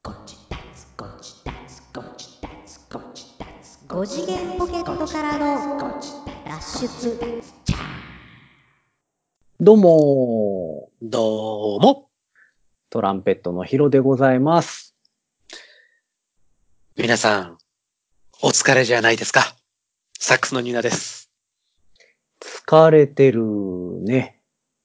5次元ポケットからの脱出。 どうもどうも。 トランペットのヒロでございます。 皆さん、お疲れじゃないですか。サックスのニーナです。 疲れてるね。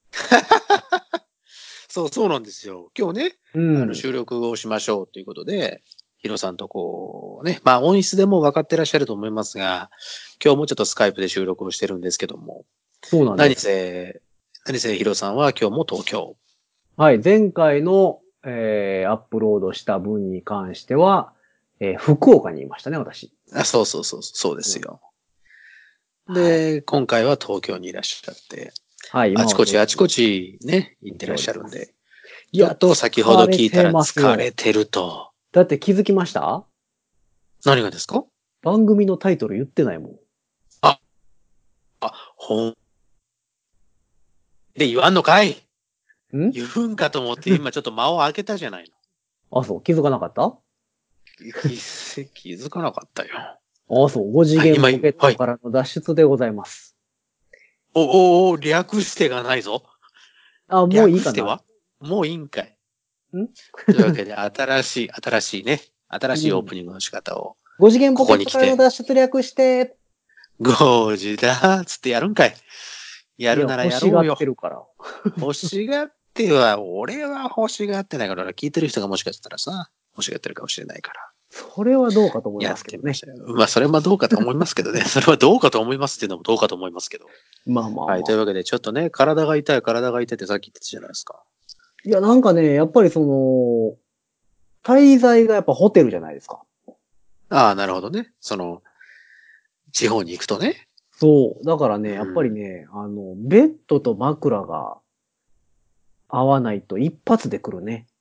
そうなんですよ。今日ね、 うん。 収録をしましょうということで、ヒロさんとこうね、まあ音質でも分かってらっしゃると思いますが、今日もちょっとスカイプで収録をしてるんですけども、何そうなんです。 せヒロさんは今日も東京。 はい。前回の、アップロードした分に関しては、福岡にいましたね、私。 そうですよ。 はい。 で、今回は東京にいらっしゃって、 はい、今はあちこちね、行ってらっしゃるんで、 いや、 ちょっと先ほど聞いたら疲れてますよ疲れてると。 だって気づきました？ 何がですか？ 番組のタイトル言ってないもん。 ほん。で、言わんのかい？ ん言うんかと思って今ちょっと間を開けたじゃないあ、そう、気づかなかった？ の。気づかなかったよ。 あ、そう、5次はい、 元ポケッはい。 トからの脱出でございます。 略してがないぞ。 あ、もういいかな？ 略してはもういいんかい。 んというわけで、新しいオープニングの仕方を、 5次元こポケットからのこに来て、 脱出略して、 5時だーっつってやるんかい。やいや、 るなら欲しがっやろうよ。 てるから。 欲しがっては、俺は欲しがってないから、聞いてる人がもしかしたらさ、欲しがってるかもしれないから。 それはどうかと思いやっますけどね。 てみましたよ。まあ、それはどうかと思いますけどね。それはどうかと思いますっていうのもどうかと思いますけど。 まあまあはい。 まあ。 というわけで、ちょっとね、体が痛いってさっき言ってたじゃないですか。 いや、なんかね、やっぱり滞在がやっぱホテルじゃないですか。 ああ、なるほどね。地方に行くとね。 そう。だからね、やっぱりうん。 ね、ベッドと枕が合わないと一発で来るね。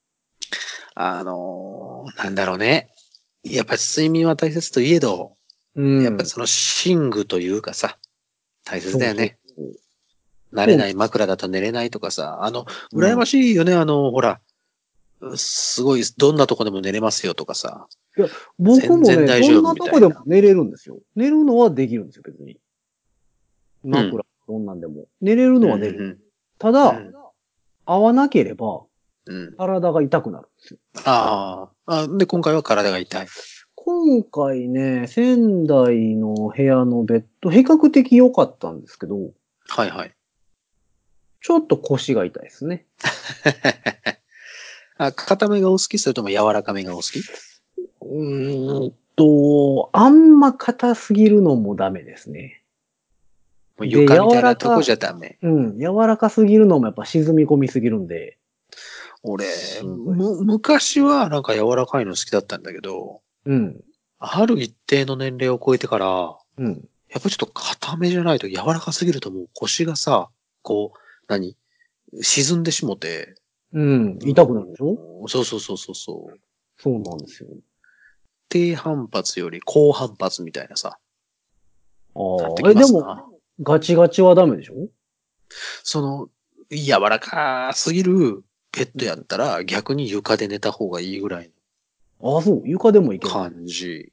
なんだろうね。やっぱり睡眠は大切といえど、 うん。 やっぱり寝具というかさ、大切そうそうだよね。 そう。 慣れない枕だと寝れないとかさ、羨まうん。 しいよね。ほら、すごい、どんなとこでも寝れますよとかさ、 いや、僕全もね、 然大丈夫どんなみたいな。 とこでも寝れるんですよ。寝るのはできるんですよ、別に。 うん。 枕、どんなんでも。寝れるうん、 のは寝る。 うん、 ただ、 うん。 合わなければ、 うん。 体が痛くなるんですよ。 で、今回は体が痛い。 今回ね、仙台の部屋のベッド、比較的良かったんですけど、 はいはい。 ちょっと腰が痛いですね。 硬めがお好き？それとも柔らかめがお好き？ あんま硬すぎるのもダメですね。 もうで、 床みたいなとこじゃダメ。 柔らかすぎるのもやっぱ沈み込みすぎるんで、 俺、 しんどい。 昔はなんか柔らかいの好きだったんだけど、 うん、 ある一定の年齢を超えてから、 うん、 やっぱちょっと硬めじゃないと柔らかすぎるともう腰がさ、こう、沈んでしもて、 うん、痛くなるでしょ？ そう。 そうなんですよ。 低反発より高反発みたいなさ、なってああ、でも、 きますな。 ガチガチはダメでしょ？ その、柔らかすぎるベッドやったら逆に床で寝た方がいいぐらいああ、そう、床でもいけのるの？ 感じ。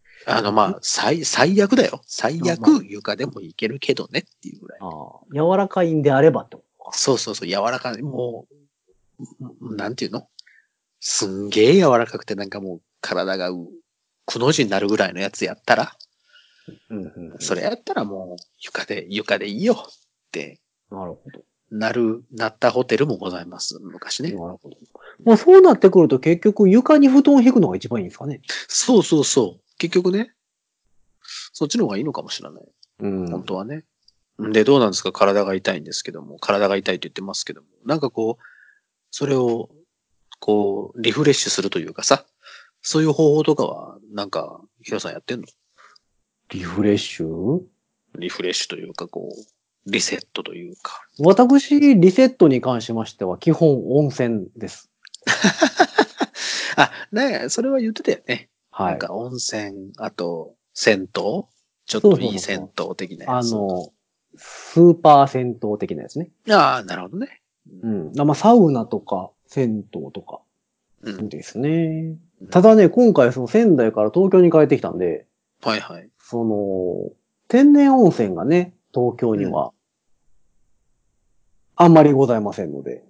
最悪だよ。最まあ、 悪床でもいけるけどねっていうぐらい。 ああ、柔らかいんであればってことか。 柔らかい。もう、なんていうの？すんげえ柔らかくてなんかもう体がくの字になるぐらいのやつやったら、 うんうんうん。 それやったらもう床でいいよってなるほど。 なったホテルもございます。昔ね。 なるほど。まあそうなってくると結局床に布団を引くのが一番いいんですかね。 そう。結局ね、そっちの方がいいのかもしれない。 うん。 本当はね。で、どうなんですか？体が痛いんですけども、体が痛いと言ってますけども、なんかこう、それを、リフレッシュするというかさ、そういう方法とかは、なんか、ヒロさんやってんの？ リフレッシュ？ リフレッシュというか、リセットというか。 私、リセットに関しましては基本温泉です。 それは言ってたよね。なはい。 んか温泉、あと、銭湯ちょっそうといい銭そうそうそう。 湯的なやつ。 スーパー銭湯的なやつね。 なるほどね。 うん。まあサウナとか銭湯とかうん。 ですね。 ただね、今回その仙台から東京に帰ってきたんで、 はいはい。 天然温泉がね、東京にはあんまりございませんので。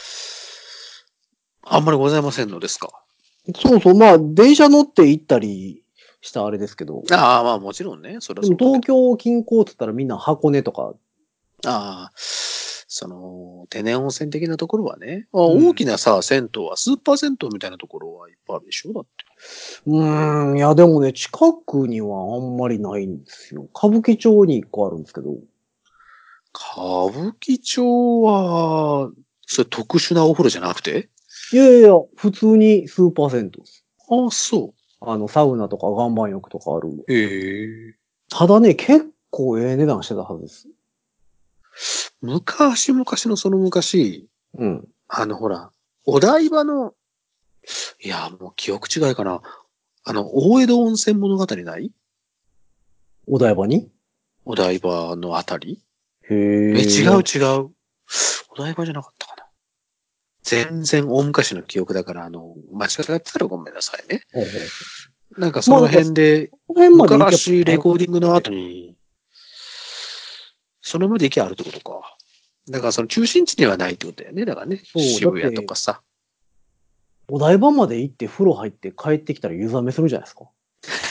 あんまりございませんのですか。 そうそう、まあ、電車乗って行ったりしたあれですけど。 ああ、まあもちろんね。それはでもそうだけど。 東京近郊って言ったらみんな箱根とか。 ああ、天然温泉的なところはね。大きなさ、銭湯は、スーパー銭湯みたいなところはいっぱいあるでしょだって。 いやでもね、近くにはあんまりないんですよ。歌舞伎町に一個あるんですけど。 歌舞伎町は、それ特殊なお風呂じゃなくて。 いやいや、普通にスーパー銭湯です。 ああ、そサウナとか岩盤浴とかある。 う。へえ。 ただね、結構ええ値段してたはずです。 昔々のその昔、 うん。 ほら、お台場の、いや、もう記憶違いかな。大江戸温泉物語ないお台場にお台場のあたりへ違え。 う違う。お台場じゃなかったかな。全然大昔の記憶だから、間違ってたらごめんなさいね。 ほうほうなんかそのまあなんか、そ辺で、 の辺まで行けば昔レね。 コーディングの後に、そのまで行きゃあるってことか。だからその中心地にはないってことだよね。だからね、 そう、だっ渋谷とて、 かさ。 お台場まで行って風呂入って帰ってきたら湯冷めするじゃないですか。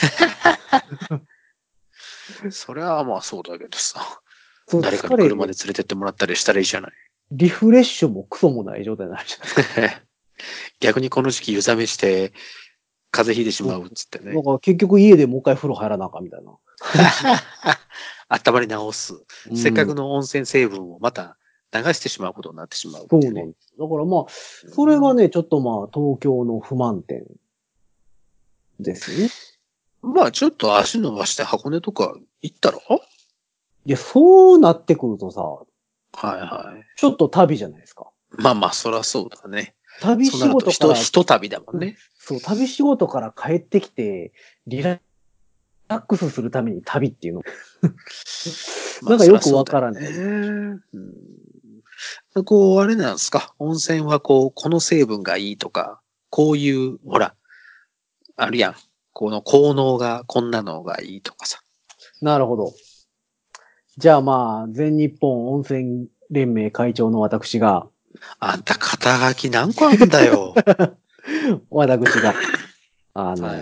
それはまあそうだけどさ。 そう、 誰かに車で連れてってもらったりしたらいいじゃない。 リフレッシュもクソもない状態になるじゃないですか。 逆にこの時期湯冷めして風邪ひいてしまうっつってね。 だから結局家でもう一回風呂入らなあかんみたいな。 温まり直す。 うん。 せっかくの温泉成分をまた流してしまうことになってしまうっていうね。 そうなんです。だからまあ、それがね、ちょっとまあ、東京の不満点ですよね。 まあちょっと足伸ばして箱根とか行ったらいや、そうなってくるとさ、 はいはい。 ちょっと旅じゃないですか。 まあまあそらそうだね。 旅仕そうなると事から、 ひと旅だもんうんね。 そう、旅仕事から帰ってきて、リラックスするために旅っていうの。 まあそなんかよくらそうだよわからない。 ね。こう、あれなんですか。温泉はこう、この成分がいいとか、こういう、ほら、あるやん。この効能がこんなのがいいとかさ。 なるほど。じゃあまあ、全日本温泉連盟会長の私が、 あんた肩書き何個あんだよ。 私が、あの、 はい。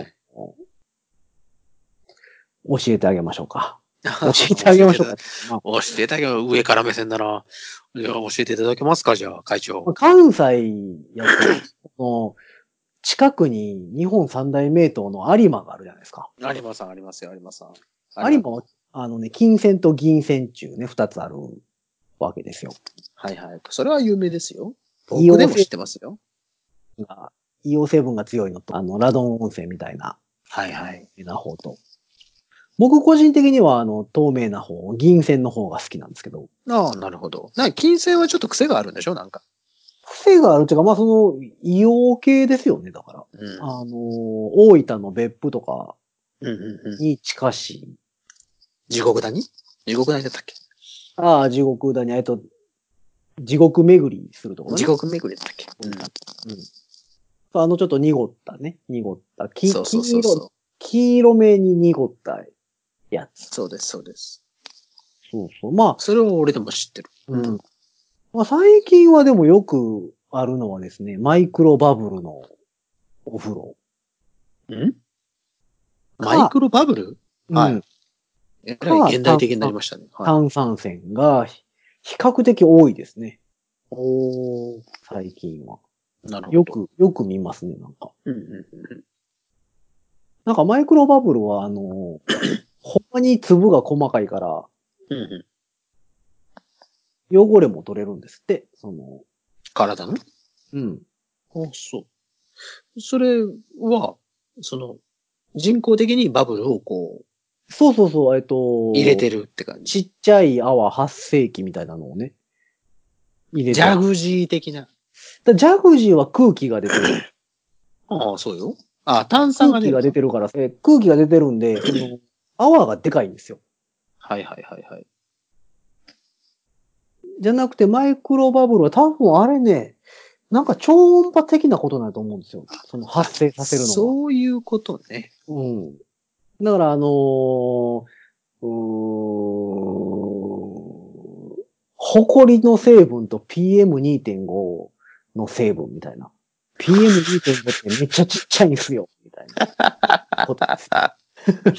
教えてあげましょうか。教教えてあげましょうか。 えていただ、教えていただけど、上から目線だな。いや、教えていただけますか、じゃあ、会長。 関西やと、この近くに日本三大名湯の有馬があるじゃないですか。 有馬さん、ありますよ、有馬さん。あるある。 有馬は、金泉と銀泉中ね、二つあるわけですよ。 はいはい。それは有名ですよ。 硫黄成僕でも知ってますよ。 分が、硫黄成分が強いのと、ラドン温泉みたいな、 はいはい。 な方と。僕個人的には、透明な方、銀泉の方が好きなんですけど、 ああ、なるほど。金星はちょっと癖があるんでしょなんか。 癖があるっていうか、まあ、硫黄系ですよね、だから。 うん。 大分の別府とかうんうんうん。 に近しい。 地獄谷地獄谷だったっけああ、地獄だね。地獄巡りするところね。 地獄巡りだったっけうん。 うん。ちょっと濁ったね。濁った。 そうそうそうそう。 黄色めに濁ったやつ。 そうです、そうです。 そうそう。まあ、 それは俺でも知ってる。 うん。まあ、最近はでもよくあるのはですね、マイクロバブルのお風呂んマイか、 クロバブルはうん。 い。えらいか、 現代的になりましたね。はい。 炭酸泉が比較的多いですね。 おー。 最近は。 なるほど。 よく見ますね、なんか。 うんうんなんかマイクロバブルは、ほんまに粒が細かいから、 うん。うんうん。 汚れも取れるんですって。 体のうん。 あ、そう。それは、人工的にバブルをこう、 そうそうそう、 入れてるって感じ。 ちっちゃい泡発生器みたいなのをね、入れては。 ジャグジー的な。 ジャグジーは空気が出てる。 ああ、そうよ。ああ、炭酸空気がが出るの出てるから、空気が出てるんで、泡がでかいんですよ。 はいはいはいはい。 じゃなくて、マイクロバブルは多分あれね、 なんか超音波的なことなんだと思うんですよ。その発生させるのが。 そういうことね。 うん。だから埃の成分と PM2.5 の成分みたいな。PM2.5 ってめっちゃちっちゃいんですよ。みたいなことです。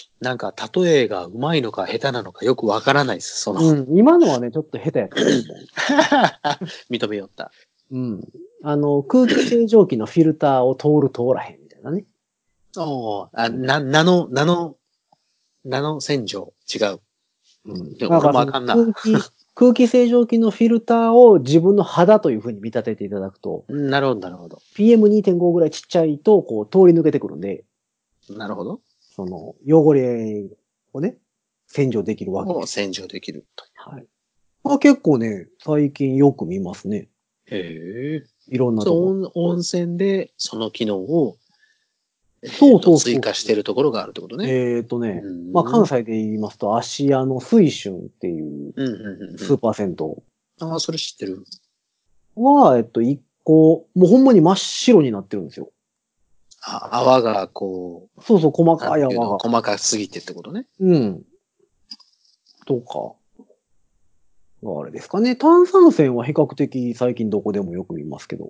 なんか、例えが上手いのか下手なのかよくわからないです。その、 うん。今のはね、ちょっと下手やったと思う。 認めよった。 うん。空気清浄機のフィルターを通る通らへんみたいなね。 おー、ナノ洗浄。違う。 うん。 でも俺だからそのもあかんな。 空気清浄機のフィルターを自分の肌という風に見立てていただくと、 なるほど、なるほど。 PM2.5 ぐらいちっちゃいと、こう、通り抜けてくるんで、 なるほど。 その、汚れをね、洗浄できるわけです。 を洗浄できると。 はい。結構ね、最近よく見ますね。 へえ。 いろんなとこ。 そう、温泉でその機能を、 そうそうそう追加してるところがあるってことね。 関西で言いますと、芦屋の水春っていううん、うん、うんうん。 スーパー銭湯ああ、それ知ってる。 は、一個、もうほんまに真っ白になってるんですよ。 あ、泡がこそうそう、細う、なかいんていうの、 泡が。 細かすぎてってことね。 うん。とか、があれですかね。炭酸泉は比較的最近どこでもよく見ますけど。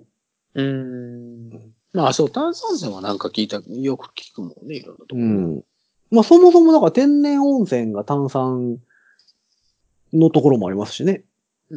まあそう、炭酸泉はなんかよく聞くもんね、いろんなところ。 うん。まあそもそもだから天然温泉が炭酸のところもありますしね。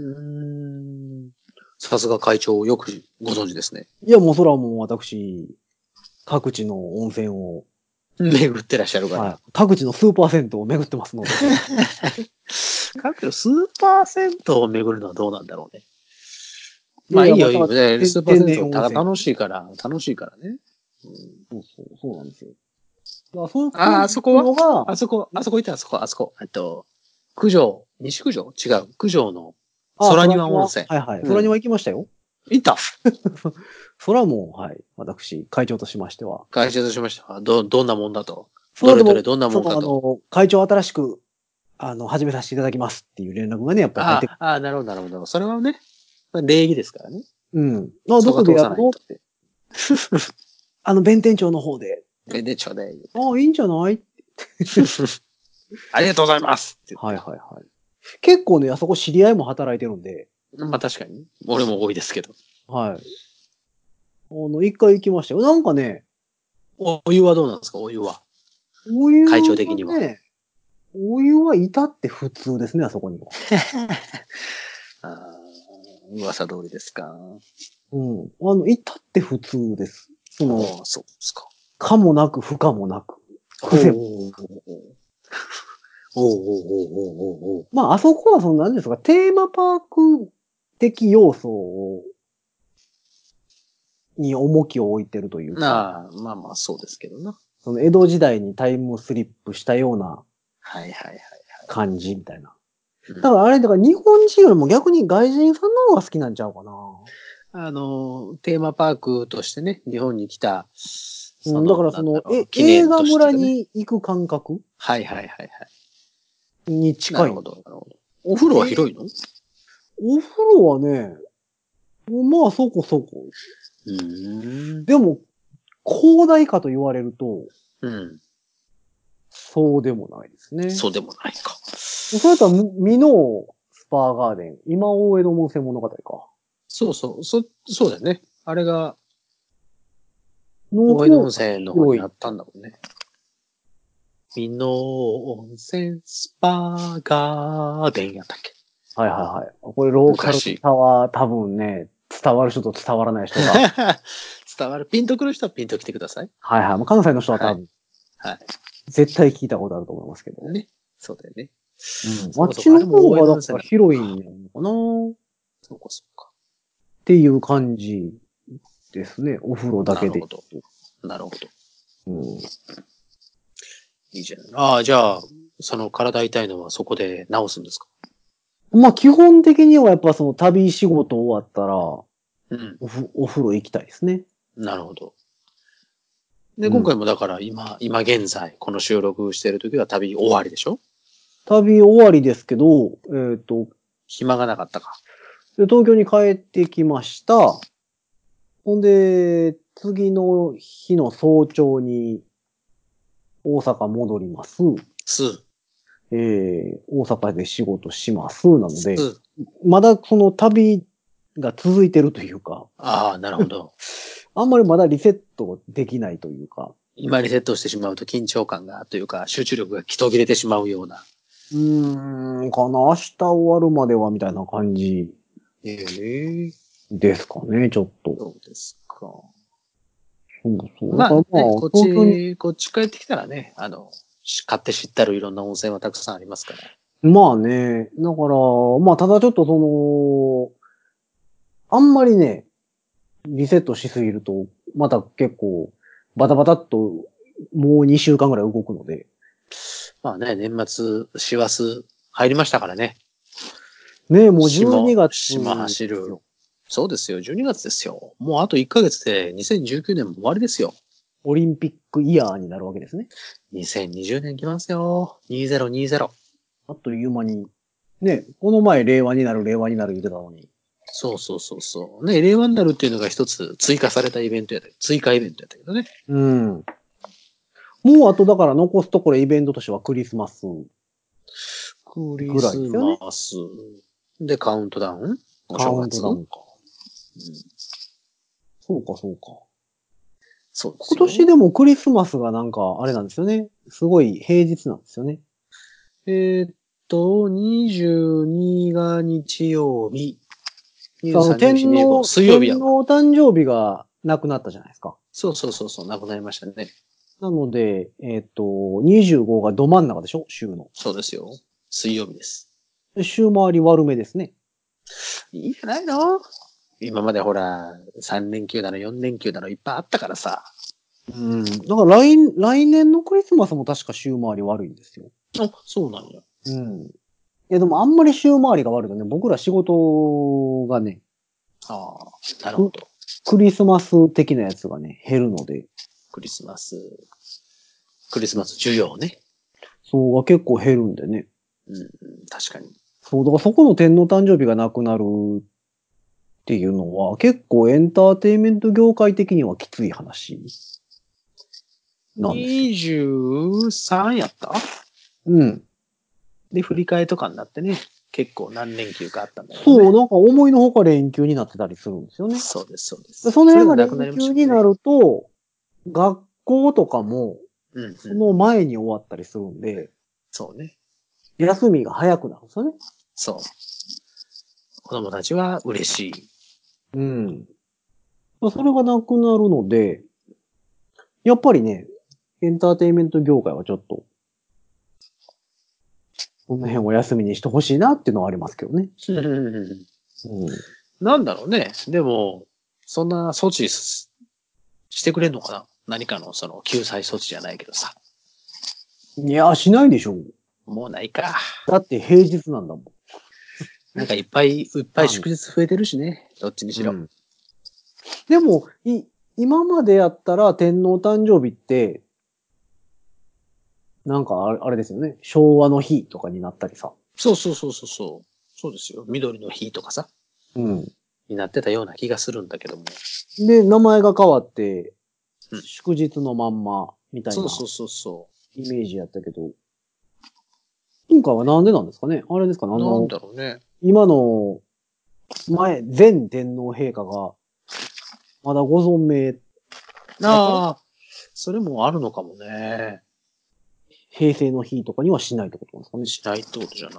さすが会長、よくご存知ですね。 いやもうそれはもう私、各地の温泉を、 巡ってらっしゃるから。 はい。各地のスーパー銭湯を巡ってますので。 各地スーパー銭湯を巡るのはどうなんだろうね。まいやいやあいいよ、いいよ。ねスーパー天銭湯然温泉。 楽しいから、楽しいからね。 そうなんですよ。だからそうあそこのが、 あそこ行った、あそこ。九条、西九条違う。九条の空庭温泉。 はいはい。 うん空庭行きましたよ。 行った空も、はい。私、会長としましては。 会社としました。どんなもんだと。 それでも、 どんなもんかと。 会長新しく、始めさせていただきますっていう連絡がね、やっぱり入ってくる。 なるほど、なるほど。それはね、礼儀ですからね。 うん。どそここでやるのっは通さないと。 て。弁天町の方で。 で、ちょうだい。 いいんじゃないありがとうございますってはいはいはい。結構ね、あそこ知り合いも働いてるんで。 まあ確かに。俺も多いですけど。 はい。一回行きましたよ。なんかね、 お湯はどうなんですかお湯は。 お湯会長的には。 はね、お湯はいたって普通ですね、あそこには。 噂通りですか。 うん。いたって普通です。 そうですか。 かもなく不可もなく。癖も。まあ、あそこは何ですか、テーマパーク的要素に重きを置いてるというか。 まあそうですけどな。 その江戸時代にタイムスリップしたようなはいはいはい。 感じみたいな。だからあれ、だから日本人よりも逆に外人さんの方が好きなんちゃうかな。 テーマパークとしてね、日本に来た、 だから記映画念としてね。 村に行く感覚はいはいはいはい。 に近い。 なるほど、なるほど。お風呂は広いのお風呂はね、まあそこそこ。でも、広大かと言われると、そうでもないですね。 そうでもないか。 それとは、ミノスパーガーデン、今大江戸温泉物語か。 そうだよね。あれが、 の大江戸温泉の方にあ広ったんだもんね。美濃温泉スパガーデンやったっけはいはいはい。これローカルタワー多分ね、伝わる人と伝わらない人が。 伝わる。ピンとくる人はピンと来てください。 はいはい。関西の人は多分、 はい。 絶対聞いたことあると思いますけど。 ね。そうだよね。 あっちの方がだから広いんやのかな。 そうか。 っていう感じですね。お風呂だけで。 なるほど。いいじゃない。じゃあ、その体痛いのはそこで治すんですか？ まあ基本的にはやっぱ旅仕事終わったら、お風呂行きたいですね。 なるほど。で、今回もだから今現在、この収録してる時は旅終わりでしょ？ 旅終わりですけど、 暇がなかったか。 で東京に帰ってきました。 ほんで、次の日の早朝に大阪戻ります。 す、 大阪で仕事しますなので、 す。 まだその旅が続いてるというか、 ああ、なるほど。 あんまりまだリセットできないというか、 今リセットしてしまうと緊張感がというか集中力が途切れてしまうような。 かな、明日終わるまではみたいな感じええですかね、ちょっと。 そうですか。 そうそう。だまあね、 からまあ、東京に、 こっち帰ってきたらね、買って知ったるいろんな温泉はたくさんありますから。 まあね、だから、まあただちょっとあんまりね、リセットしすぎると、また結構、バタバタっと、もう2週間ぐらい動くので。 まあね、年末、師走入りましたからね。 ねえ、もう12月島走る。 ですよ。 そうですよ、12月ですよ。もうあと1ヶ月で2019年も終わりですよ。 オリンピックイヤーになるわけですね。 2020年来ますよ。2020。 あっという間に。ね、この前令和になる言ってたのに。 そうそうそうそう。ね、令和になるっていうのが一つ追加されたイベントやった。追加イベントやったけどね。 うん。もうあとだから残すところイベントとしてはクリスマスぐらクリスいですよね。 マス。で、カウントダウンおカウント正月ダウンか。 うん、 そうか、そうか。今そうですよ。 年でもクリスマスがなんか、あれなんですよね。すごい平日なんですよね。 え22が日曜日。23、24、25、水曜日やわ。 天皇誕生日がなくなったじゃないですか。 そうそうそうそう、なくなりましたね。 なので、25がど真ん中でしょ週の。 そうですよ。水曜日です。 で週回り悪めですね。 いいんじゃないの？今までほら、3連休だの4連休だのいっぱいあったからさ。 うん。だから来年のクリスマスも確か週回り悪いんですよ。 あ、そうなんや。 うん。いや、でもあんまり週回りが悪いとね、僕ら仕事がね、 ああ、なるほど。 クリスマス的なやつがね、減るので、 クリスマス、クリスマス需要ね。 そうが結構減るんでね。 うん、確かに。 そう、だからそこの天皇誕生日がなくなるっていうのは、結構エンターテインメント業界的にはきつい話なんですよ。 23やった？ うん。 で、振り替えとかになってね、結構何連休かあったんだよね。 そう、なんか思いのほか連休になってたりするんですよね。 そうです、そうでで、 す。 その辺がそれがなくなり連ましたよね。 休になると、学校とかもうん、うん。 その前に終わったりするんで、 そうね。 休みが早くなるんですよね。 そう。子供たちは嬉しい。 うん。それがなくなるので、やっぱりね、エンターテインメント業界はちょっと、この辺を休みにしてほしいなっていうのはありますけどね。うん。 なんだろうね。でも、そんな措置してくれんのかな？何かのその救済措置じゃないけどさ。 いや、しないでしょ。 もうないか。 だって平日なんだもん。 なんかいっぱい祝日増えてるしね。どっちにしろ。 うん。でも、今までやったら天皇誕生日って、なんかあれですよね。昭和の日とかになったりさ。 そうそうそうそうそう。そうですよ。緑の日とかさ。 うん。 になってたような気がするんだけども。 で、名前が変わって、 うん祝日のまんま、みたいなそうそうそうそイメージやったけど、今回はなんでなんですかね？あれですかね？ う。なんだろうね。 今の、前天皇陛下が、まだご存命、 ああ、それもあるのかもね。 平成の日とかにはしないってことなんですかね？ しないってことじゃない？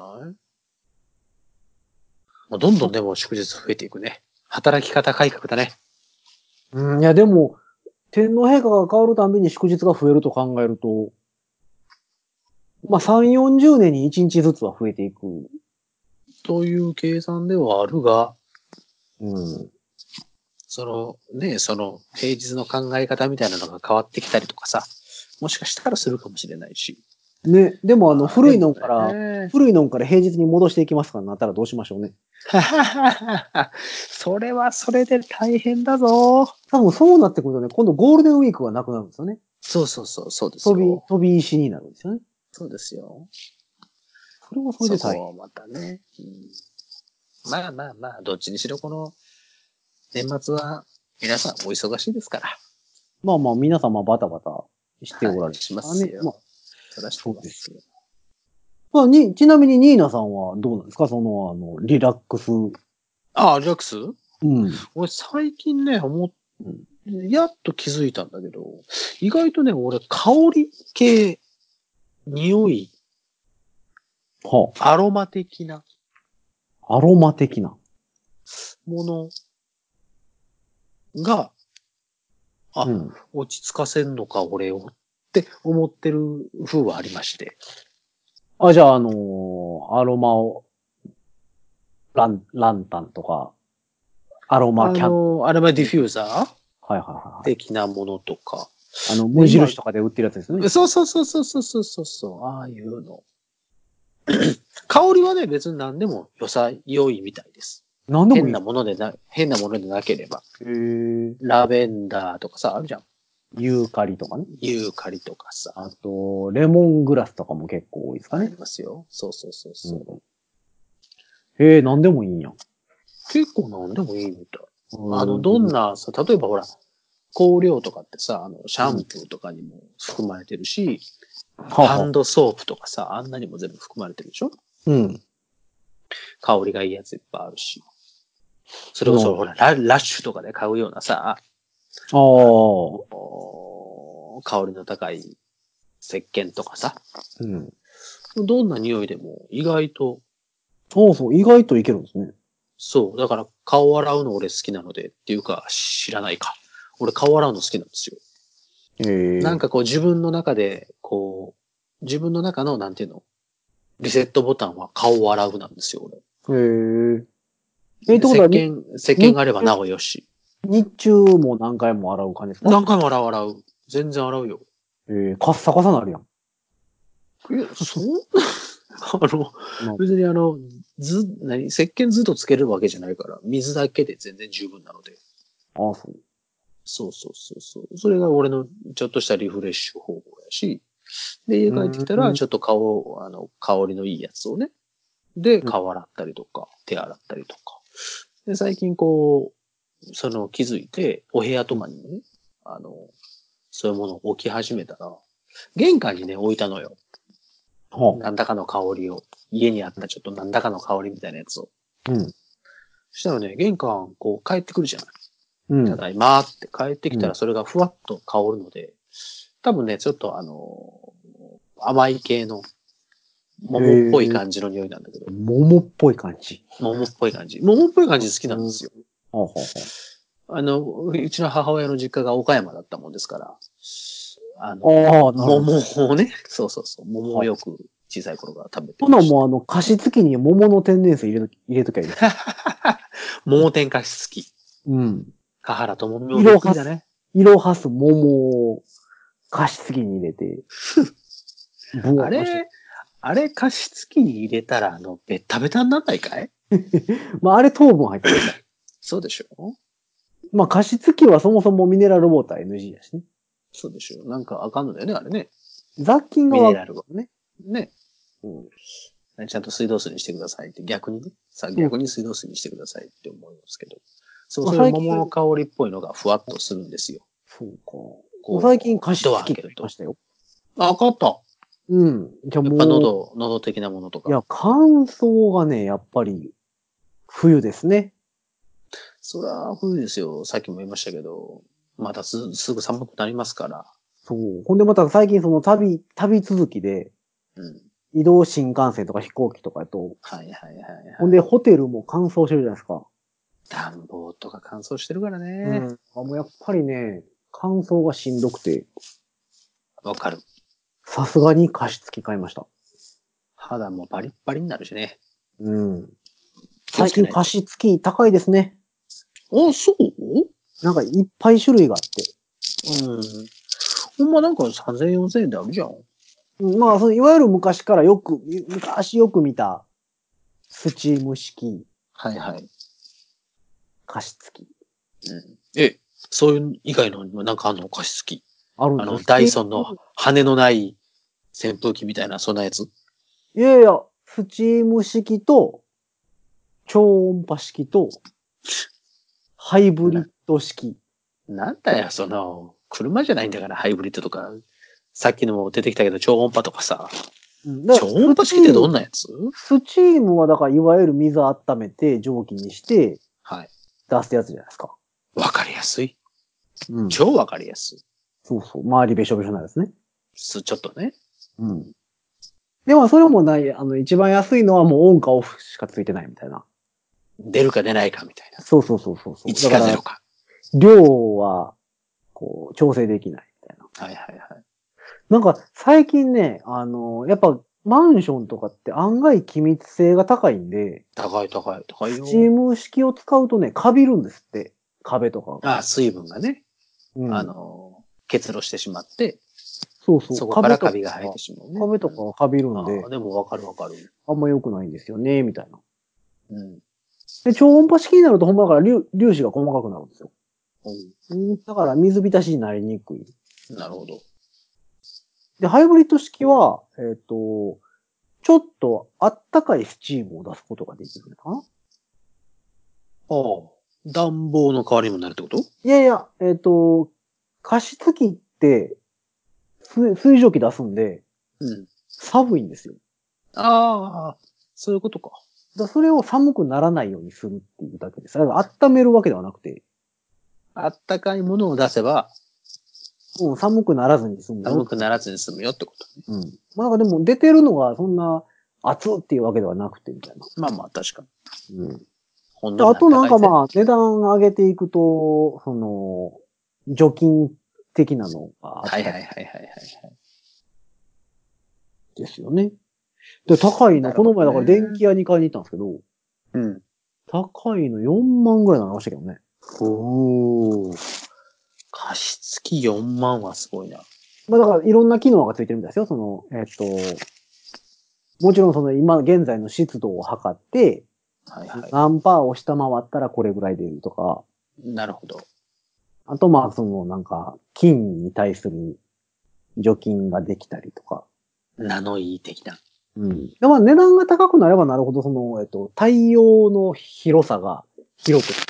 まあ、どんどんでも祝日増えていくね。働き方改革だね。 うん、いやでも、天皇陛下が変わるたんびに祝日が増えると考えると、まあ、3、40年に1日ずつは増えていく。 という計算ではあるが、 うん。 その平日の考え方みたいなのが変わってきたりとかさ、もしかしたらするかもしれないし。 ね、でもまあ、 古いでものから、 ね。 古いのから平日に戻していきますからなったらどうしましょうね。 それはそれで大変だぞ。 多分そうなってくるとね、今度ゴールデンウィークがなくなるんですよね。 そうそうそう、そうですよ。 飛び石になるんですよね。 そうですよ。 それはそれそで大変。 こをまたね。まあまあまあ、どっちにしろこの年末は皆さんお忙しいですから。 まあまあ、皆様バタバタしておられる。 しますよ。 まあ、 そらしてそうですますよ。 まあ、ちなみにニーナさんはどうなんですかリラックス。 あ、リラックス？ うん。 俺最近ね、やっと気づいたんだけど、意外とね、俺香り系、匂い、 はアロマ的なあ、アロマ的な。 ものが、 うん。 落ち着かせんのか、俺をって思ってる風はありまして。 あ、じゃあ、アロマを、ランタンとか、アロマキャン、 アロマディフューザーはいはいはいはい。 的なものとか。 無印とかで売ってるやつですね。 そうそうそうそうそうそうそう、ああいうの。香りはね、別に何でも良いみたいです。 なんでもいい。 変なものでなければ。 へー。 ラベンダーとかさ、あるじゃん。 ユーカリとかね。 ユーカリとかさ。 あと、レモングラスとかも結構多いですかね。 ありますよ。そうそうそうそう。 なんでもいいんや。 結構何でもいいみたい。 うんどんなさ、例えばほら、香料とかってさ、シャンプーとかにも含まれてるし、ハンドソープとかさ、あんなにも全部含まれてるでしょ？ うん。 香りがいいやついっぱいあるし。それこそほら、ラッシュとかで買うようなさ、香りの高い石鹸とかさ、 うん。 どんな匂いでも意外と、 そう、意外といけるんですね。 そう、だから顔洗うの俺好きなので、っていうか知らないか。俺顔洗うの好きなんですよ。なんかこう自分の中で、自分の中のなんていうの、リセットボタンは顔を洗うなんですよ、俺。 ってことは、 石鹸があればなおよし。 日中も何回も洗う感じですか？ 何回も洗う。全然洗うよ。 カッサカサなるやん。 いや、別に石鹸ずっとつけるわけじゃないから、水だけで全然十分なので。 ああ、そう。 そうそうそうそう。それが俺のちょっとしたリフレッシュ方法やし、で、家帰ってきたら、ちょっと香りのいいやつをね、で、顔洗ったりとか、手洗ったりとか。で、最近気づいて、お部屋とかにもね、そういうものを置き始めたら、玄関にね、置いたのよ。なんだかの香りを。家にあったちょっとなんだかの香りみたいなやつを。 うん。 そしたらね、玄関、帰ってくるじゃない。 うん。 ただいまーって帰ってきたらそれがふわっと香るので、多分ね、ちょっと甘い系の、桃っぽい感じの匂いなんだけど。 桃っぽい感じ。 桃っぽい感じ。桃っぽい感じ好きなんですよ。うちの母親の実家が岡山だったもんですから、桃をね、そうそうそう、桃をよく小さい頃から食べてました。 もう加湿器に桃の天然水入れときゃいいです。 桃天加湿器。 うん。 香原智美もびっくりだね。 色はす桃を加湿器に入れて。 あれ加湿器に入れたら、ベッタベタになんないかい？ まあ、あれ糖分入ってる。 そうでしょ？ まあ、加湿器はそもそもミネラルウォーター NG だしね。 そうでしょ？なんかあかんのだよね、あれね。 雑菌がミネラルはね。 ね。うん。ちゃんと水道水にしてくださいって、逆に水道水にしてくださいって思いますけど。そういう桃の香りっぽいのがふわっとするんですよ。 そうか。最近加湿器買いましたよ。 あ、買った。 うん。じゃあもう。 やっぱ喉的なものとか。 いや、乾燥がね、やっぱり、冬ですね。 そりゃ冬ですよ。さっきも言いましたけど、またすぐ寒くなりますから。 そう。ほんでまた最近旅続きで、移動新幹線とか飛行機とかと、ほんでホテルも乾燥してるじゃないですか。 暖房とか乾燥してるからね。 もうやっぱりね、乾燥がしんどくて。 わかる。 さすがに加湿器買いました。 肌もバリッバリになるしね。 最近加湿器高いですね。 あ、そう？ なんかいっぱい種類があって。 ほんまなんか3000円、4000円であるじゃん。 まあ、いわゆる昔よく見た、スチーム式。 はいはい。 加湿器。 そういう以外のなんかあんの？加湿器。 あるんですよ。 ダイソンの羽のない扇風機みたいな、そんなやつ？ いやいや、スチーム式と、超音波式と、ハイブリッド式。 なんだよ、車じゃないんだから、ハイブリッドとか。さっきのも出てきたけど、超音波とかさ。超音波式ってどんなやつ？ スチームはだからいわゆる水温めて蒸気にしてはい。 出すやつじゃないですか。 わかりやすい。 うん。 超わかりやすい。 そうそう。周りべしょべしょなんですね。 ちょっとね。 うん。でもそれもない、一番安いのはもうオンかオフしかついてないみたいな。 出るか出ないかみたいな。 そうそうそうそう。 1か0か。 量は、こう、調整できないみたいな。 はいはいはい。 なんか、最近ね、やっぱ、マンションとかって案外機密性が高いんで、 高いよ。 スチーム式を使うとね、カビるんですって。壁とかが。 あ、水分がね、 うん、 結露してしまって、 そうそう。 そこからカビが生えてしまうね。 壁とかがカビるんで、 でもわかる。 あんま良くないんですよね、みたいな。 うん。 で、超音波式になるとほんまだから粒子が細かくなるんですよ。 うん。 だから水浸しになりにくい。 なるほど。 で、ハイブリッド式は、ちょっとあったかいスチームを出すことができるのかな？ 暖房の代わりにもなるってこと？ いやいや、加湿器って水蒸気出すんで、 うん。 寒いんですよ。 ああ、そういうことか。 だからそれを寒くならないようにするっていうだけです。だから温めるわけではなくて、 あったかいものを出せば、 寒くならずに済むよ。 寒くならずに済むよってことね。 うん。まあなんかでも出てるのがそんな熱っていうわけではなくてみたいな。 まあまあ、確かに。 うん。 ほんであとなんかあ、 まあ値段上げていくと、除菌的なのがあったりはい。 ですよね。で、高いの、この前だから電気屋に買いに行ったんですけど、 うん。 高いの4万ぐらいになりましたけどね。 おー。加湿器4万はすごいな。 まあだからいろんな機能がついてるみたいですよ。もちろん今現在の湿度を測って、 はいはい。 何パーを下回ったらこれぐらい出るとか、 なるほど。 あとまあなんか菌に対する除菌ができたりとか。 ナノイー的な。 うん。でまあ値段が高くなればなるほど対応の広さが広く。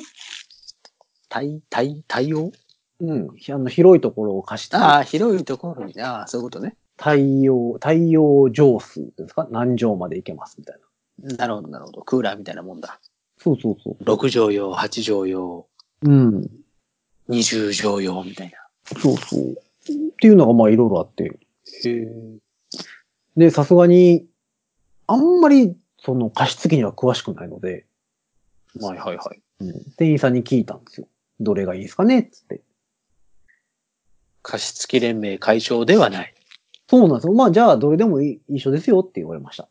対応？ うん。広いところを貸して。 ああ、広いところに、そういうことね。 対応畳数っていうんですか？何畳までいけますみたいな。 なるほど。クーラーみたいなもんだ。 そうそうそう。 6畳用、8畳用、 うん。 20畳用みたいな。 そうそう。っていうのがまあいろいろあって。 へえ。 で、さすがに、あんまり加湿器には詳しくないので、 はい。 うん、店員さんに聞いたんですよ。どれがいいですかねっつって。 加湿器連盟会長ではない。 そうなんですよ。まあじゃあどれでも一緒ですよって言われました。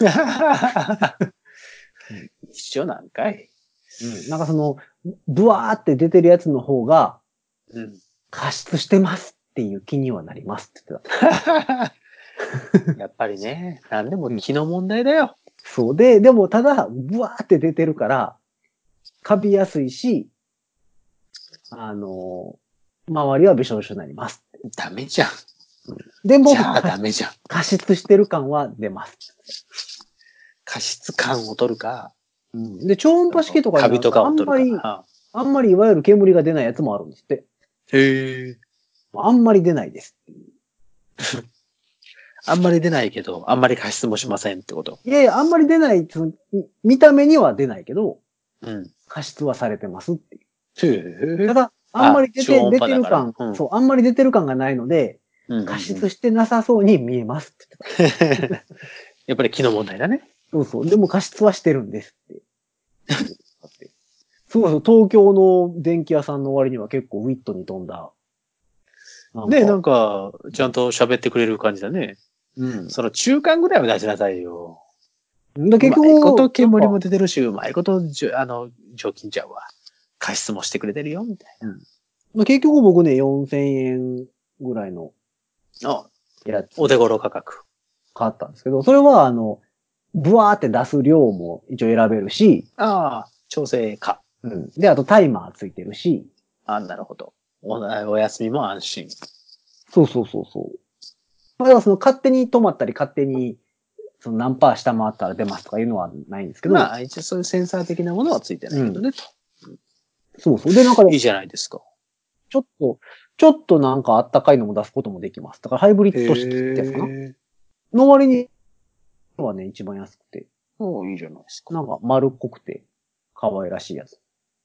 一緒なんかい。 うん。なんかブワーって出てるやつの方が、 うん。 加湿してますっていう気にはなりますって言ってた。 やっぱりね、なんでも気の問題だよ。 そうで、でもただ、ブワーって出てるから、カビやすいし、周りはびしょびしょになります。 ダメじゃん。 でも、 じゃあダメじゃん。 加湿してる感は出ます。 加湿感を取るか。 うん、で、超音波式とかになるカビとかを取るあか。 んまりいわゆる煙が出ないやつもあるんですって。 へえ。 あんまり出ないですっていう。 あんまり出ないけど、あんまり加湿もしませんってこと。 いやいや、あんまり出ない、見た目には出ないけど、 うん。 加湿はされてますっていう。 へえ。 ただ、あんまり出てる感、 うん、 そう、あんまり出てる感がないので、加湿してなさそうに見えますって言ってた。 やっぱり気の問題だね。 そうそう。でも加湿はしてるんですって。そうそう、東京の電気屋さんの割には結構ウィットに富んだ。 なんか、ちゃんと喋ってくれる感じだね。 うん。 その中間ぐらいは出しなさいよ。 結局、 うまいこと煙も出てるし、うまいこと除菌ちゃうわ。加湿もしてくれてるよ、みたいな。結局僕ね、4000円ぐらいのな。 やつ。 お手頃価格。 買ったんですけど、それはブワーって出す量も一応選べるし、 調整か。 うん。で、あとタイマーついてるし。 なるほど。お休みも安心。 そう。だから勝手に止まったり勝手に何パー下回ったら出ますとかいうのはないんですけど。 まあ、一応そういうセンサー的なものはついてないけどね、と。 そう。で、 いいじゃないですか。 ちょっとなんかあったかいのも出すこともできます。だからハイブリッド式ってやつかなの割にはね、一番安くて。 いいじゃないですか。 なんか丸っこくて、可愛らしいやつ。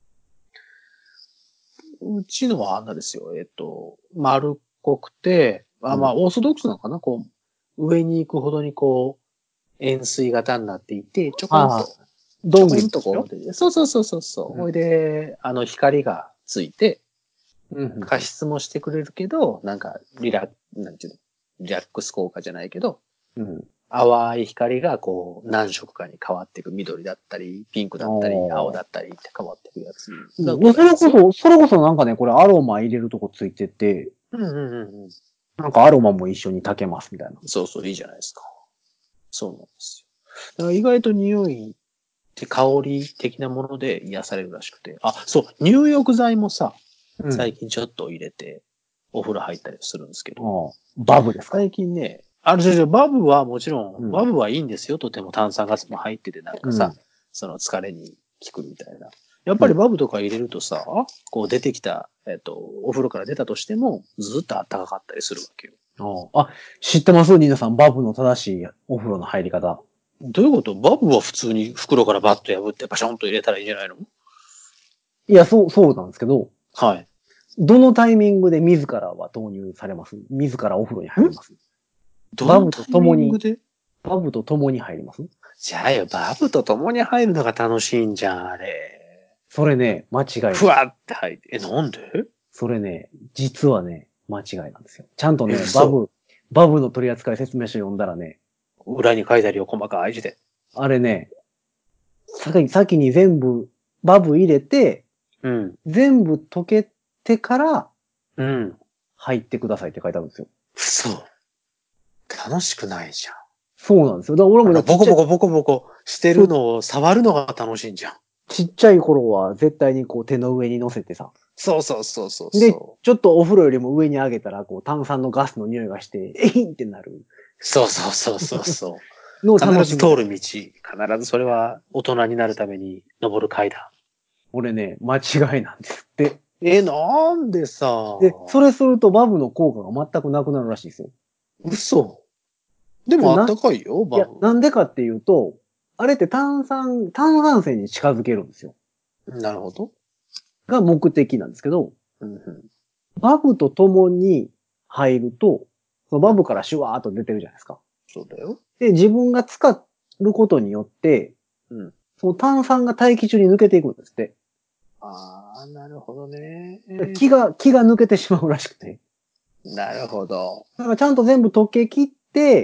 うちのはあんなですよ。丸っこくて、まあ、オーソドックスなのかな、こう、上に行くほどにこう、円錐型になっていて、ちょこんと、 どんぐりとこう、そうそうそうそうそう。ほいで、光がついて、加湿もしてくれるけど、なんか、なんていうの、リラックス効果じゃないけど、淡い光がこう、何色かに変わっていく。緑だったり、ピンクだったり、青だったりって変わっていくやつ。 それこそなんかね、これアロマ入れるとこついてて、なんかアロマも一緒に炊けますみたいな。 そうそう、いいじゃないですか。そうなんですよ。だから意外と匂いって香り的なもので癒されるらしくて。あ、そう、入浴剤もさ、最近ちょっと入れて、お風呂入ったりするんですけど。 バブですか？ 最近ね、バブはもちろん、バブはいいんですよ。とても炭酸ガスも入ってて、なんかさ、その疲れに効くみたいな。やっぱりバブとか入れるとさ、こう出てきた、お風呂から出たとしても、ずっと暖かかったりするわけよ。 知ってますニーナさん、バブの正しいお風呂の入り方。 どういうこと？バブは普通に袋からバッと破ってパションと入れたらいいんじゃないの？ いや、そうなんですけど。 はい。 どのタイミングで自らは投入されます？自らお風呂に入ります？バブと共に入ります？ じゃあよ、バブと共に入るのが楽しいんじゃん、あれ。 それね、間違いない。 ふわって入って。なんで？ それね、実はね、間違いなんですよ。ちゃんとね、バブの取扱説明書読んだらね、 裏に書いてあるよ、細かい字で。 あれね、先に全部、バブ入れて、全部溶けてから、入ってくださいって書いてあるんですよ。 そう。楽しくないじゃん。 そうなんですよ。だから俺もね、 ボコボコしてるのを触るのが楽しいんじゃん。 ちっちゃい頃は絶対にこう手の上に乗せてさ。 そう。 で、ちょっとお風呂よりも上に上げたら、こう炭酸のガスの匂いがして、えいんってなる。 そう。の必ず通る道。必ずそれは大人になるために登る階段。 俺ね、間違いなんですって。 なんでさ。 で、それするとバブの効果が全くなくなるらしいですよ。 嘘。でもあったかいよ、バブ。 いや、なんでかっていうと、あれって炭酸泉に近づけるんですよ。 なるほど。 が目的なんですけど、バブと共に入ると、そのバブからシュワーっと出てるじゃないですか。 そうだよ。 で、自分が使うことによって、その炭酸が大気中に抜けていくんですって。 なるほどね。 気が抜けてしまうらしくて。 なるほど。 だからちゃんと全部溶け切って、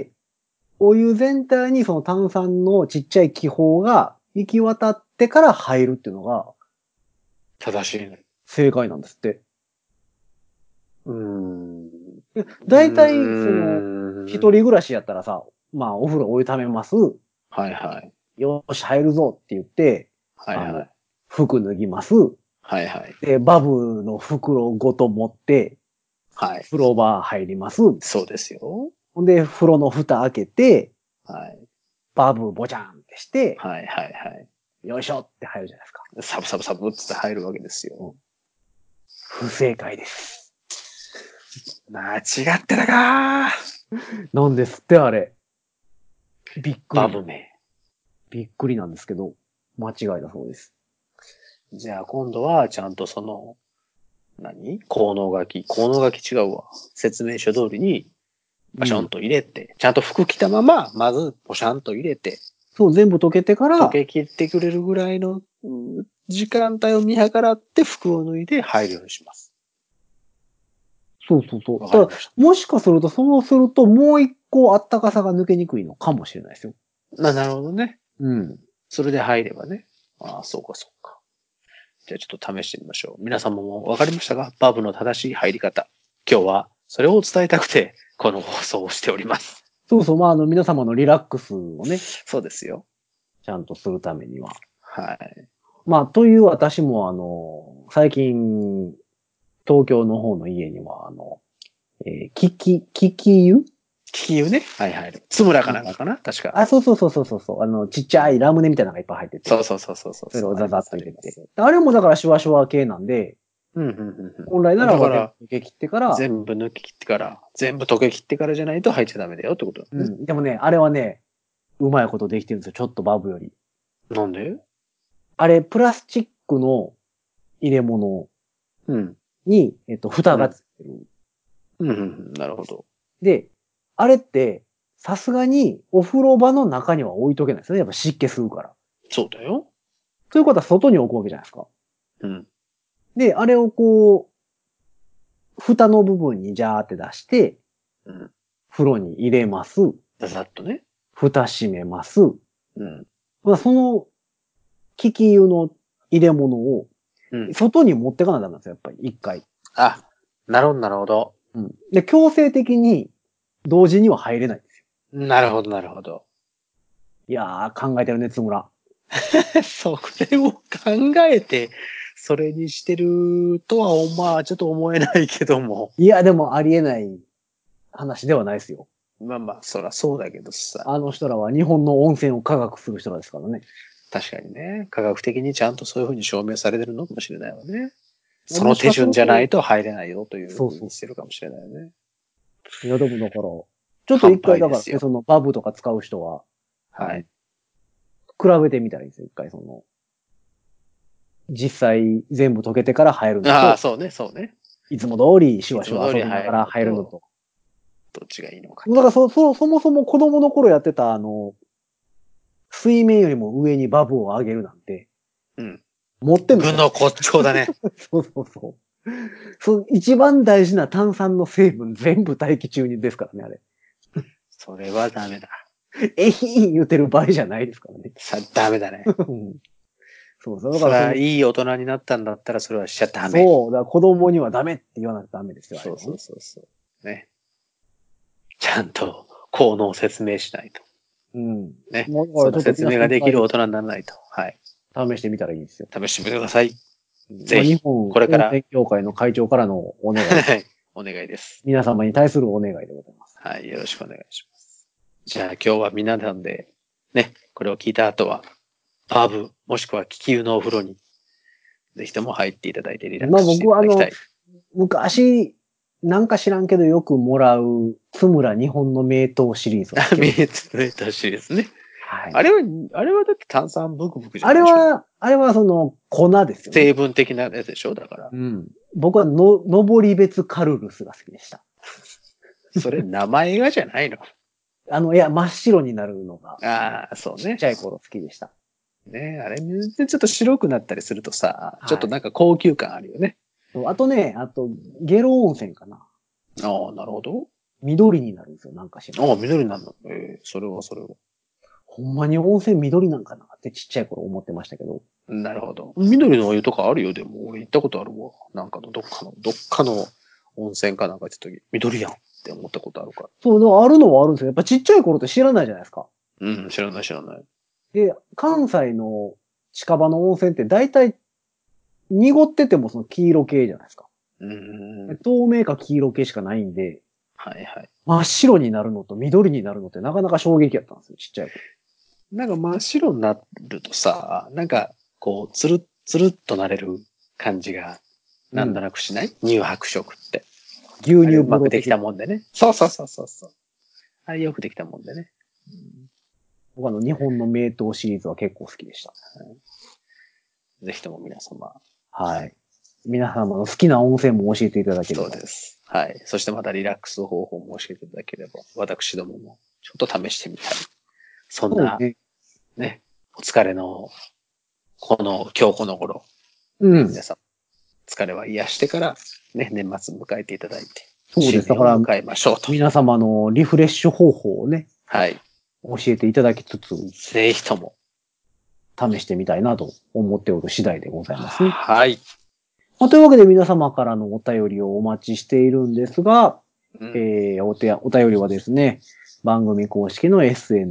お湯全体にその炭酸のちっちゃい気泡が行き渡ってから入るっていうのが、 正しいね。 正解なんですって。大体、一人暮らしやったらさ、まあ、お風呂お湯溜めます。よし、入るぞって言って、服脱ぎます。で、バブの袋ごと持って、風呂場入ります。 そうですよ。 ほんで、風呂の蓋開けて、バブボチャンってして、よいしょって入るじゃないですか。 サブって入るわけですよ。 不正解です。 間違ってたかなんですって、あれ。びっくり。 バブ名。 びっくりなんですけど、間違いだそうです。 じゃあ今度はちゃんとその、効能書き違うわ。説明書通りに、パシャンと入れて、ちゃんと服着たまま、まず、ポシャンと入れて。 そう、全部溶けてから。 溶け切ってくれるぐらいの時間帯を見計らって服を脱いで入るようにします。 そう。だからもしかすると、そうすると、もう一個あったかさが抜けにくいのかもしれないですよ。 なるほどね。それで入ればね。そうか。じゃあちょっと試してみましょう。皆様もわかりましたか？バブの正しい入り方。今日はそれを伝えたくて、この放送をしております。 そう、皆様のリラックスをね。 そうですよ。 ちゃんとするためには。 はい。 という私も最近、東京の方の家には、キキ湯ね。つむらかなんかな確か。 そう。ちっちゃいラムネみたいなのがいっぱい入ってて。 そう。 それをザザッと入れて。あれもだからシュワシュワ系なんで、 うん、うん、うんうん。 本来ならばだから抜け切ってから、 全部抜き切ってから、全部溶け切ってからじゃないと入っちゃダメだよってことだね。 うん。でもね、あれはね、うまいことできてるんですよ。ちょっとバブより。 なんで？ あれ、プラスチックの入れ物うん。 に、蓋がついてる。 うん、うん、うん。なるほど。 で、あれって、さすがにお風呂場の中には置いとけないですよね。やっぱ湿気吸うから。 そうだよ。 ということは外に置くわけじゃないですか。 うん。 で、あれをこう、蓋の部分にジャーって出して、 うん。 風呂に入れます。 ざざっとね。 蓋閉めます。 うん。 まあ、その、利き湯の入れ物を、 うん。 外に持ってかなダメなんですよ、やっぱり、一回。 あ、なるほど、なるほど。 うん。で、強制的に、同時には入れないんですよ。 なるほど、なるほど。 いやー、考えてるね、つむら。 それを考えて、それにしてるとは、まあ、ちょっと思えないけども。 いや、でもありえない話ではないですよ。 まあまあ、そらそうだけどさ。 あの人らは日本の温泉を科学する人らですからね。 確かにね。科学的にちゃんとそういうふうに証明されてるのかもしれないわね。その手順じゃないと入れないよというふうにしてるかもしれないよね。 いや、でもだから、ちょっと一回だからね、 乾杯ですよそのバブとか使う人は、 はい。 比べてみたらいいんですよ、一回その、実際全部溶けてから入るのああ、 と、 そうね、そうね。 いつも通りシュワシュワ遊びながら入るのと。 どっちがいいのか。 だからそもそも子供の頃やってた水面よりも上にバブを上げるなんて、 うん。 持ってんの具の骨頂だね。 そうそうそう。一番大事な炭酸の成分全部大気中にですからね、あれ。 それはダメだ。 えひん言ってる場合じゃないですからね。 ダメだね。 うんそうそう。だそれからはいい大人になったんだったらそれはしちゃダメ。 そう。だから子供にはダメって言わなきゃダメですよ。 そうそうそうそう。ね。ちゃんと効能を説明しないと。 うん。 ね。 もうだかそんならちょっと説明ができる大皆人にならないと。はい。 さん試してみたらいいんですよ。 試してみてください。ぜひまあ、日本これから温泉協会の会長からのお願い。 はい。お願いです。 皆様に対するお願いでございます。 はい。よろしくお願いします。じゃあ今日は皆さんで、ね、これを聞いた後は、バーブ、もしくは気球のお風呂に、ぜひとも入っていただいてリラッまあクスしてい僕はただきたい。 昔、なんか知らんけどよくもらう、津村日本の名刀シリーズは好き見です。 えてれたしですね。 はい。 あれはだって炭酸ブクブクじゃないでしょ。 あれはその粉ですよね。 成分的なやつでしょだから。 うん。僕は登別カルルスが好きでした。 それ名前がじゃないの。 いや、真っ白になるのが、 ああ、そうねちっち。ゃい頃好きでした。 ねあれ水でちょっと白くなったりするとさ、 はいちょっとなんか高級感あるよね。 あとね、ゲロ温泉かな。 ああ、なるほど。 緑になるんですよ、なんかしら。 ああ、緑になるの。それは。 ほんまに温泉緑なんかなってちっちゃい頃思ってましたけど。 なるほど。緑のお湯とかあるよ、でも。俺行ったことあるわ。なんかの、どっかの温泉かなんかちょっと緑やんって思ったことあるから。 そう、でもあるのはあるんですよ。やっぱちっちゃい頃って知らないじゃないですか。 うん、知らない。 で、関西の近場の温泉って大体濁っててもその黄色系じゃないですか。透明か黄色系しかないんで、 はいはい。 真っ白になるのと緑になるのってなかなか衝撃やったんですよ、ちっちゃい頃。 なんか真っ白になるとさ、なんか、こう、つるっとなれる感じが、なんとなくしない、乳白色って。 牛乳あれうまくできた風呂的な。 もんでね。そう。あれよくできたもんでね。 僕日本の名刀シリーズは結構好きでした。 ぜひとも皆様。 はい。皆様の好きな温泉も教えていただければ。 そうです。はい。そしてまたリラックス方法も教えていただければ、私どももちょっと試してみたい。そんな、ね、お疲れの、今日この頃、皆さん、疲れは癒してから、ね、年末迎えていただいて、 そうです。だから、 迎えましょうと。 皆様のリフレッシュ方法をね、 はい。 教えていただきつつ、 ぜひとも。 試してみたいなと思っておる次第でございますね。 はい。 というわけで皆様からのお便りをお待ちしているんですが、お便りはですね、番組公式の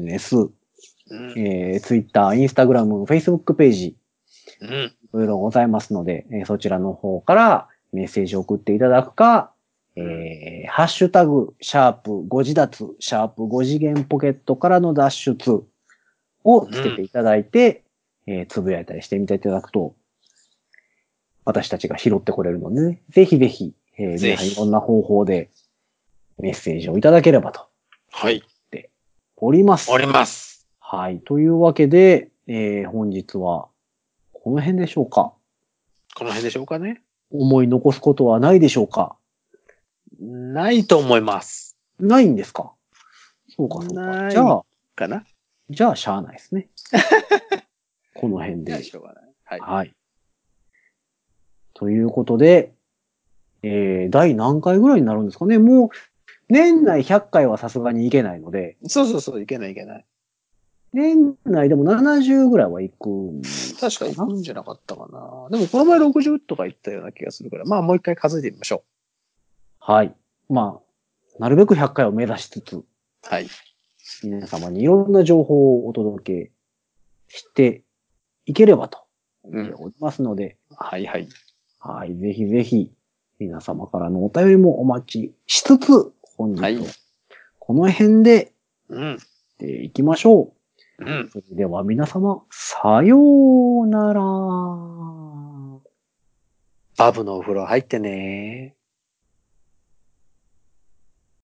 SNS、Twitter、Instagram、Facebook ページ、いろいろございますので、そちらの方からメッセージを送っていただくか、ハッシュタグ、#5自脱、#5次元ポケットからの脱出をつけていただいて、つぶやいたりしてみていただくと、 私たちが拾ってこれるのでね、ぜひぜひ、 ぜひ皆さんいろんな方法でメッセージをいただければとはい。 おります。 おります。 はい。というわけで、本日はこの辺でしょうか。 この辺でしょうかね。 思い残すことはないでしょうか。 ないと思います。 ないんですか。そうかそうか。 ないかな。 じゃあしゃあないですね。この辺で。 しょうがない。はい。 はい。ということで、第何回ぐらいになるんですかね。もう、年内100回はさすがにいけないので、 そうそうそう、いけないいけない。 年内でも70ぐらいはいくん確か行くんじゃなかったかな。でもこの前60とか言ったような気がするから、まあもう一回数えてみましょはい。まあ、なるべく100回を目指しつつ、 う。はい。 皆様にいろんな情報をお届けしていければと思っておりますので、 はいはい。 はい。ぜひぜひ、皆様からのお便りもお待ちしつつ、本日はいはこの辺でうん。 いきましょう。 うん。 それでは皆様、さようなら。 バブのお風呂入ってね。